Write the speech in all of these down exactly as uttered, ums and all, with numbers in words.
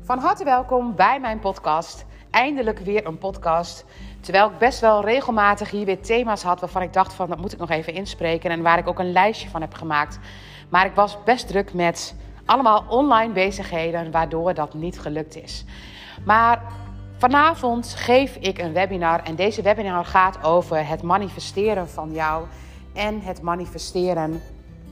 Van harte welkom bij mijn podcast. Eindelijk weer een podcast. Terwijl ik best wel regelmatig hier weer thema's had waarvan ik dacht van dat moet ik nog even inspreken. En waar ik ook een lijstje van heb gemaakt. Maar ik was best druk met allemaal online bezigheden waardoor dat niet gelukt is. Maar vanavond geef ik een webinar. En deze webinar gaat over het manifesteren van jou. En het manifesteren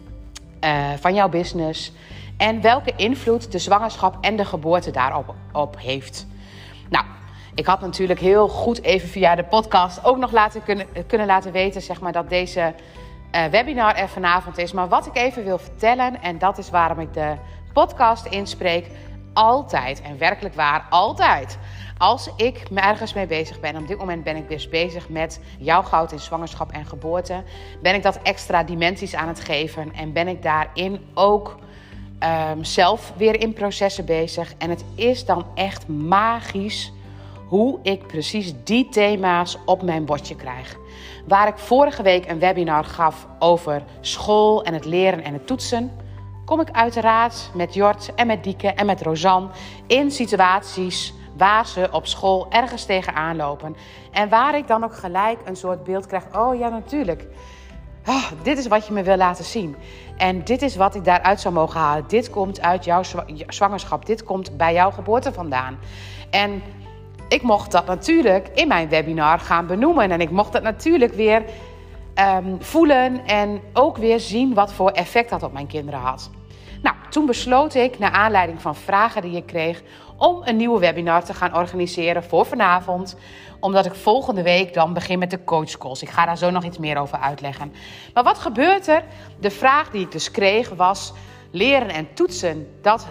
uh, van jouw business. En welke invloed de zwangerschap en de geboorte daarop op heeft. Nou, ik had natuurlijk heel goed even via de podcast ook nog laten kunnen, kunnen laten weten, zeg maar, dat deze uh, webinar er vanavond is. Maar wat ik even wil vertellen, en dat is waarom ik de podcast inspreek, altijd, en werkelijk waar, altijd. Als ik me ergens mee bezig ben, op dit moment ben ik dus bezig met jouw goud in zwangerschap en geboorte, ben ik dat extra dimensies aan het geven en ben ik daarin ook Um, zelf weer in processen bezig. En het is dan echt magisch hoe ik precies die thema's op mijn bordje krijg. Waar ik vorige week een webinar gaf over school en het leren en het toetsen, kom ik uiteraard met Jort en met Dieke en met Rosanne in situaties waar ze op school ergens tegenaan lopen. En waar ik dan ook gelijk een soort beeld krijg. Oh ja, natuurlijk. Oh, dit is wat je me wil laten zien. En dit is wat ik daaruit zou mogen halen. Dit komt uit jouw zwangerschap. Dit komt bij jouw geboorte vandaan. En ik mocht dat natuurlijk in mijn webinar gaan benoemen. En ik mocht dat natuurlijk weer um, voelen. En ook weer zien wat voor effect dat op mijn kinderen had. Nou, toen besloot ik, naar aanleiding van vragen die ik kreeg, om een nieuwe webinar te gaan organiseren voor vanavond. Omdat ik volgende week dan begin met de coachcalls. Ik ga daar zo nog iets meer over uitleggen. Maar wat gebeurt er? De vraag die ik dus kreeg was: leren en toetsen, dat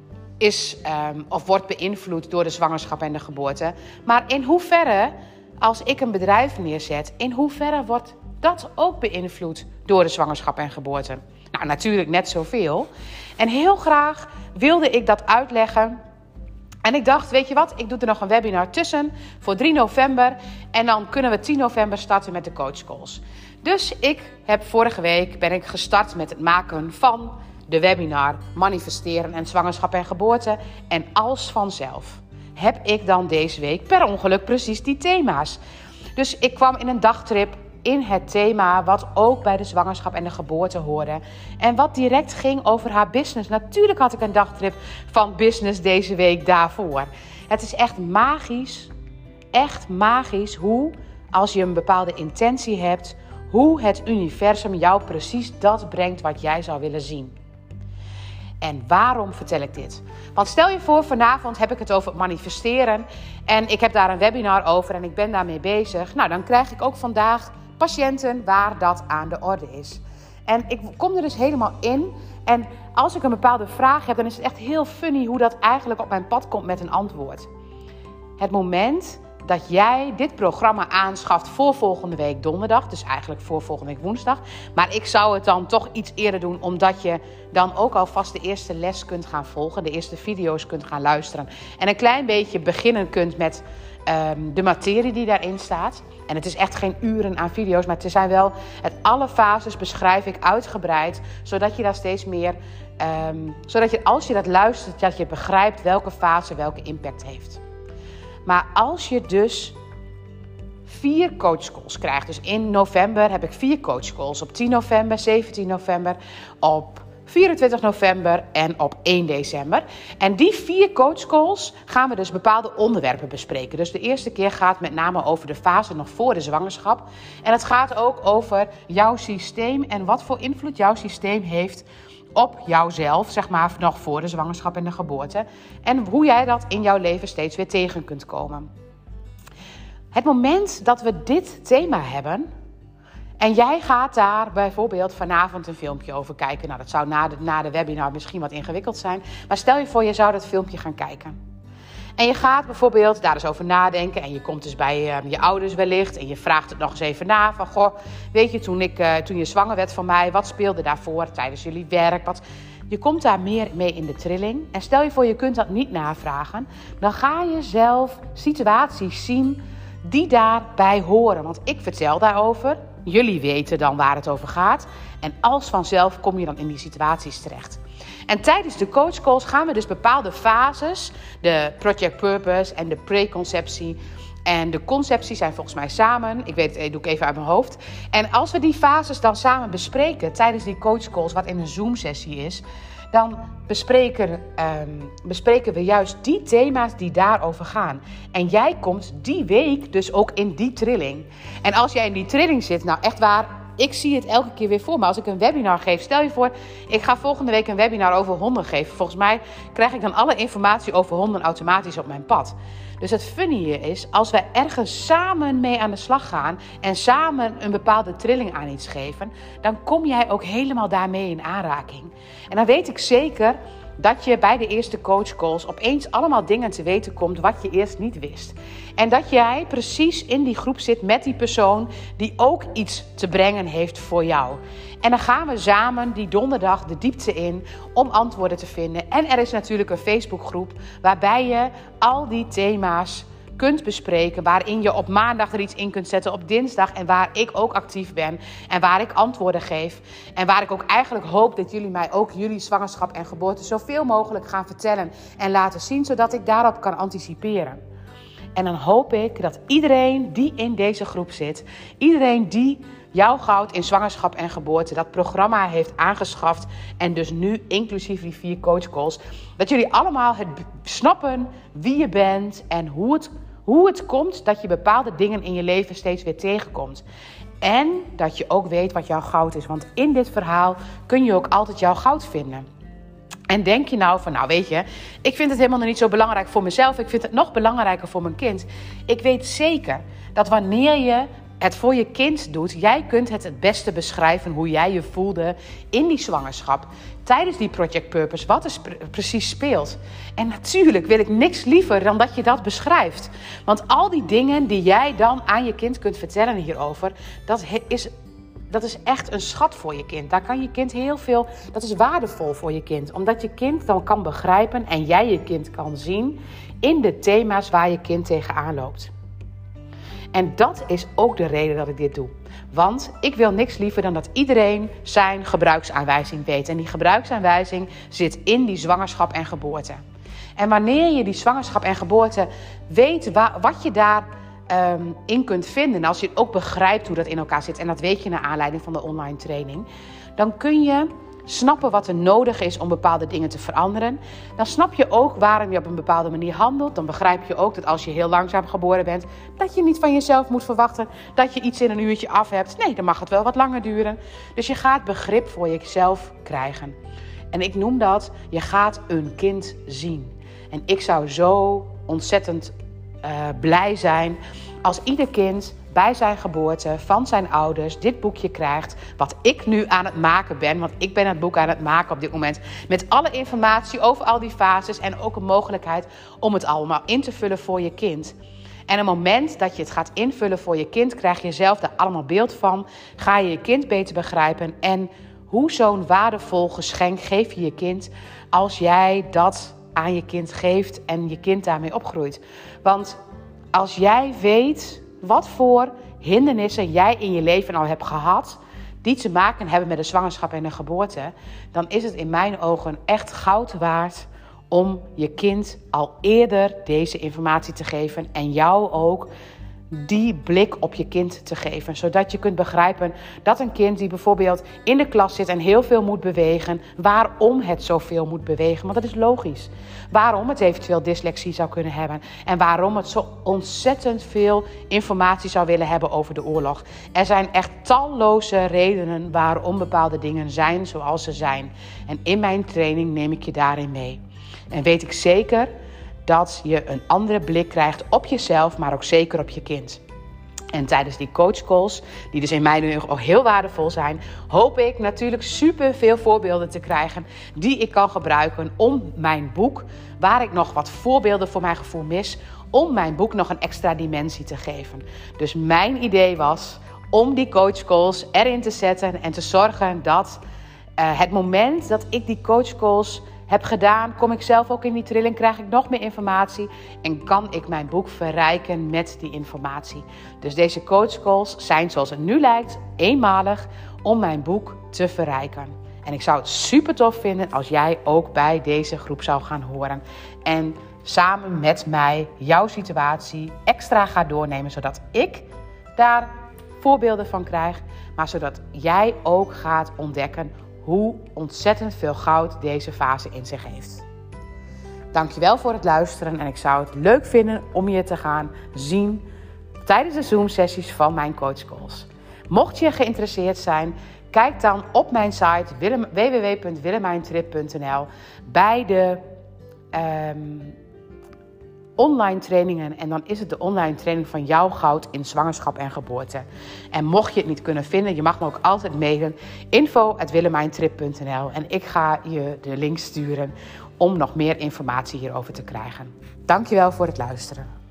is um, of wordt beïnvloed door de zwangerschap en de geboorte. Maar in hoeverre, als ik een bedrijf neerzet, in hoeverre wordt dat ook beïnvloed door de zwangerschap en geboorte? Nou, natuurlijk net zoveel. En heel graag wilde ik dat uitleggen. En ik dacht, weet je wat, ik doe er nog een webinar tussen voor drie november. En dan kunnen we tien november starten met de coachcalls. Dus ik heb vorige week ben ik gestart met het maken van de webinar Manifesteren en Zwangerschap en Geboorte. En als vanzelf heb ik dan deze week per ongeluk precies die thema's. Dus ik kwam in een dagtrip in het thema wat ook bij de zwangerschap en de geboorte hoorde. En wat direct ging over haar business. Natuurlijk had ik een dagtrip van business deze week daarvoor. Het is echt magisch, echt magisch hoe, als je een bepaalde intentie hebt, hoe het universum jou precies dat brengt wat jij zou willen zien. En waarom vertel ik dit? Want stel je voor, vanavond heb ik het over het manifesteren. En ik heb daar een webinar over en ik ben daarmee bezig. Nou, dan krijg ik ook vandaag patiënten waar dat aan de orde is. En ik kom er dus helemaal in. En als ik een bepaalde vraag heb, dan is het echt heel funny hoe dat eigenlijk op mijn pad komt met een antwoord. Het moment dat jij dit programma aanschaft voor volgende week donderdag, dus eigenlijk voor volgende week woensdag. Maar ik zou het dan toch iets eerder doen, omdat je dan ook alvast de eerste les kunt gaan volgen, de eerste video's kunt gaan luisteren. En een klein beetje beginnen kunt met um, de materie die daarin staat. En het is echt geen uren aan video's, maar het zijn wel, het alle fases beschrijf ik uitgebreid, zodat je daar steeds meer, um, zodat je als je dat luistert, dat je begrijpt welke fase welke impact heeft. Maar als je dus vier coachcalls krijgt, dus in november heb ik vier coachcalls, op tien november, zeventien november, op vierentwintig november en op één december. En die vier coachcalls gaan we dus bepaalde onderwerpen bespreken. Dus de eerste keer gaat met name over de fase nog voor de zwangerschap. En het gaat ook over jouw systeem en wat voor invloed jouw systeem heeft op jouzelf, zeg maar, nog voor de zwangerschap en de geboorte. En hoe jij dat in jouw leven steeds weer tegen kunt komen. Het moment dat we dit thema hebben, en jij gaat daar bijvoorbeeld vanavond een filmpje over kijken. Nou, dat zou na de, na de webinar misschien wat ingewikkeld zijn. Maar stel je voor, je zou dat filmpje gaan kijken. En je gaat bijvoorbeeld daar eens over nadenken. En je komt dus bij uh, je ouders wellicht. En je vraagt het nog eens even na. Van, goh, weet je, toen, ik, uh, toen je zwanger werd van mij, wat speelde daarvoor tijdens jullie werk? Wat... Je komt daar meer mee in de trilling. En stel je voor, je kunt dat niet navragen. Dan ga je zelf situaties zien die daarbij horen. Want ik vertel daarover. Jullie weten dan waar het over gaat. En als vanzelf kom je dan in die situaties terecht. En tijdens de coachcalls gaan we dus bepaalde fases, de Project Purpose en de preconceptie en de conceptie zijn volgens mij samen. Ik weet het, doe ik even uit mijn hoofd. En als we die fases dan samen bespreken tijdens die coachcalls, wat in een Zoom-sessie is, dan bespreken, um, bespreken we juist die thema's die daarover gaan. En jij komt die week dus ook in die trilling. En als jij in die trilling zit, nou echt waar, ik zie het elke keer weer voor me. Als ik een webinar geef, stel je voor, ik ga volgende week een webinar over honden geven. Volgens mij krijg ik dan alle informatie over honden automatisch op mijn pad. Dus het funny hier is, als wij ergens samen mee aan de slag gaan en samen een bepaalde trilling aan iets geven, dan kom jij ook helemaal daarmee in aanraking. En dan weet ik zeker dat je bij de eerste coachcalls opeens allemaal dingen te weten komt wat je eerst niet wist. En dat jij precies in die groep zit met die persoon die ook iets te brengen heeft voor jou. En dan gaan we samen die donderdag de diepte in om antwoorden te vinden. En er is natuurlijk een Facebookgroep waarbij je al die thema's kunt bespreken, waarin je op maandag er iets in kunt zetten, op dinsdag, en waar ik ook actief ben en waar ik antwoorden geef en waar ik ook eigenlijk hoop dat jullie mij ook jullie zwangerschap en geboorte zoveel mogelijk gaan vertellen en laten zien, zodat ik daarop kan anticiperen. En dan hoop ik dat iedereen die in deze groep zit, iedereen die Jouw Goud in Zwangerschap en Geboorte, dat programma heeft aangeschaft en dus nu inclusief die vier coachcalls, dat jullie allemaal het snappen wie je bent en hoe het, hoe het komt dat je bepaalde dingen in je leven steeds weer tegenkomt. En dat je ook weet wat jouw goud is, want in dit verhaal kun je ook altijd jouw goud vinden. En denk je nou van, nou weet je, ik vind het helemaal nog niet zo belangrijk voor mezelf. Ik vind het nog belangrijker voor mijn kind. Ik weet zeker dat wanneer je het voor je kind doet, jij kunt het het beste beschrijven hoe jij je voelde in die zwangerschap. Tijdens die Project Purpose, wat er sp- precies speelt. En natuurlijk wil ik niks liever dan dat je dat beschrijft. Want al die dingen die jij dan aan je kind kunt vertellen hierover, dat is... Dat is echt een schat voor je kind. Daar kan je kind heel veel... Dat is waardevol voor je kind. Omdat je kind dan kan begrijpen en jij je kind kan zien in de thema's waar je kind tegenaan loopt. En dat is ook de reden dat ik dit doe. Want ik wil niks liever dan dat iedereen zijn gebruiksaanwijzing weet. En die gebruiksaanwijzing zit in die zwangerschap en geboorte. En wanneer je die zwangerschap en geboorte weet wa- wat je daar... Um, in kunt vinden, als je ook begrijpt hoe dat in elkaar zit, en dat weet je naar aanleiding van de online training, dan kun je snappen wat er nodig is om bepaalde dingen te veranderen. Dan snap je ook waarom je op een bepaalde manier handelt. Dan begrijp je ook dat als je heel langzaam geboren bent, dat je niet van jezelf moet verwachten dat je iets in een uurtje af hebt. Nee, dan mag het wel wat langer duren. Dus je gaat begrip voor jezelf krijgen. En ik noem dat, je gaat een kind zien. En ik zou zo ontzettend Uh, blij zijn als ieder kind bij zijn geboorte van zijn ouders dit boekje krijgt, wat ik nu aan het maken ben, want ik ben het boek aan het maken op dit moment, met alle informatie over al die fases en ook een mogelijkheid om het allemaal in te vullen voor je kind. En op het moment dat je het gaat invullen voor je kind, krijg je zelf daar allemaal beeld van, ga je je kind beter begrijpen en hoe zo'n waardevol geschenk geef je je kind als jij dat aan je kind geeft en je kind daarmee opgroeit. Want als jij weet wat voor hindernissen jij in je leven al hebt gehad, die te maken hebben met de zwangerschap en de geboorte, dan is het in mijn ogen echt goud waard om je kind al eerder deze informatie te geven en jou ook die blik op je kind te geven. Zodat je kunt begrijpen dat een kind die bijvoorbeeld in de klas zit en heel veel moet bewegen, waarom het zoveel moet bewegen. Want dat is logisch. Waarom het eventueel dyslexie zou kunnen hebben. En waarom het zo ontzettend veel informatie zou willen hebben over de oorlog. Er zijn echt talloze redenen waarom bepaalde dingen zijn zoals ze zijn. En in mijn training neem ik je daarin mee. En weet ik zeker dat je een andere blik krijgt op jezelf, maar ook zeker op je kind. En tijdens die coachcalls, die dus in mijn ogen ook heel waardevol zijn, hoop ik natuurlijk super veel voorbeelden te krijgen die ik kan gebruiken om mijn boek, waar ik nog wat voorbeelden voor mijn gevoel mis, om mijn boek nog een extra dimensie te geven. Dus mijn idee was om die coachcalls erin te zetten en te zorgen dat uh, het moment dat ik die coachcalls heb gedaan, kom ik zelf ook in die trilling, krijg ik nog meer informatie en kan ik mijn boek verrijken met die informatie. Dus deze coachcalls zijn zoals het nu lijkt eenmalig om mijn boek te verrijken. En ik zou het super tof vinden als jij ook bij deze groep zou gaan horen. En samen met mij jouw situatie extra gaat doornemen. Zodat ik daar voorbeelden van krijg. Maar zodat jij ook gaat ontdekken hoe ontzettend veel goud deze fase in zich heeft. Dankjewel voor het luisteren. En ik zou het leuk vinden om je te gaan zien tijdens de Zoom-sessies van mijn coachcalls. Mocht je geïnteresseerd zijn, kijk dan op mijn site w w w punt willemijntrip punt n l bij de um, online trainingen. En dan is het de online training van jouw goud in zwangerschap en geboorte. En mocht je het niet kunnen vinden, je mag me ook altijd mailen. info at willemijntrip punt n l En ik ga je de link sturen om nog meer informatie hierover te krijgen. Dankjewel voor het luisteren.